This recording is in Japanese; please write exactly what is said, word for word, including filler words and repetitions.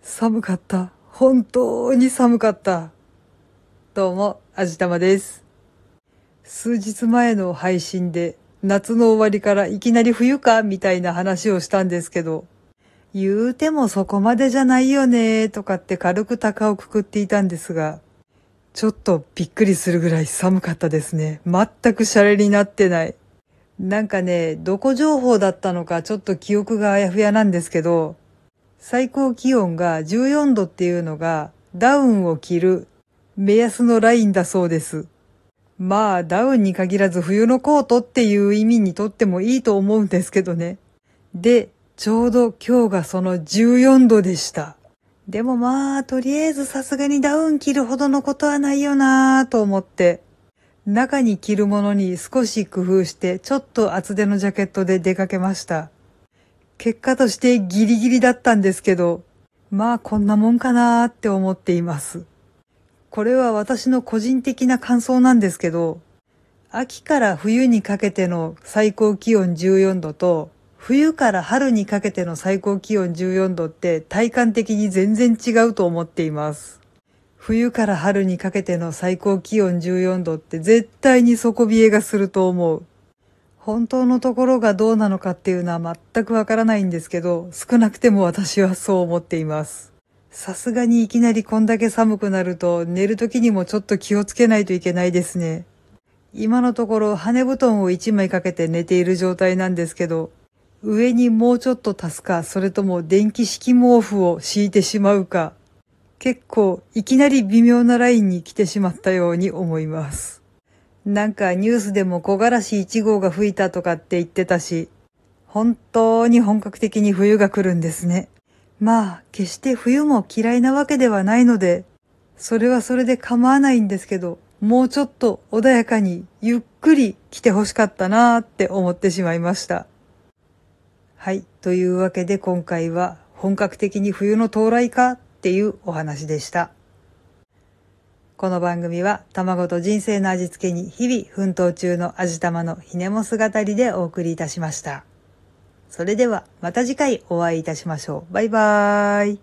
寒かった。本当に寒かった。どうも、あじたまです。数日前の配信で、夏の終わりからいきなり冬かみたいな話をしたんですけど、言うてもそこまでじゃないよねとかって軽く高をくくっていたんですが、ちょっとびっくりするぐらい寒かったですね。全くシャレになってない。なんかね、どこ情報だったのかちょっと記憶があやふやなんですけど、最高気温がじゅうよんどっていうのがダウンを着る目安のラインだそうです。まあダウンに限らず冬のコートっていう意味にとってもいいと思うんですけどね。で、ちょうど今日がそのじゅうよんどでした。でもまあとりあえずさすがにダウン着るほどのことはないよなぁと思って、中に着るものに少し工夫してちょっと厚手のジャケットで出かけました。結果としてギリギリだったんですけど、まあこんなもんかなーって思っています。これは私の個人的な感想なんですけど、秋から冬にかけての最高気温じゅうよんどと、冬から春にかけての最高気温じゅうよんどって体感的に全然違うと思っています。冬から春にかけての最高気温じゅうよんどって絶対に底冷えがすると思う。本当のところがどうなのかっていうのは全くわからないんですけど、少なくても私はそう思っています。さすがにいきなりこんだけ寒くなると寝る時にもちょっと気をつけないといけないですね。今のところ羽布団をいちまいかけて寝ている状態なんですけど、上にもうちょっと足すか、それとも電気式毛布を敷いてしまうか、結構いきなり微妙なラインに来てしまったように思います。なんかニュースでも木枯らしいち号が吹いたとかって言ってたし、本当に本格的に冬が来るんですね。まあ、決して冬も嫌いなわけではないので、それはそれで構わないんですけど、もうちょっと穏やかにゆっくり来てほしかったなーって思ってしまいました。はい。というわけで今回は本格的に冬の到来かっていうお話でした。この番組は卵と人生の味付けに日々奮闘中の味玉のひねも姿りでお送りいたしました。それではまた次回お会いいたしましょう。バイバーイ。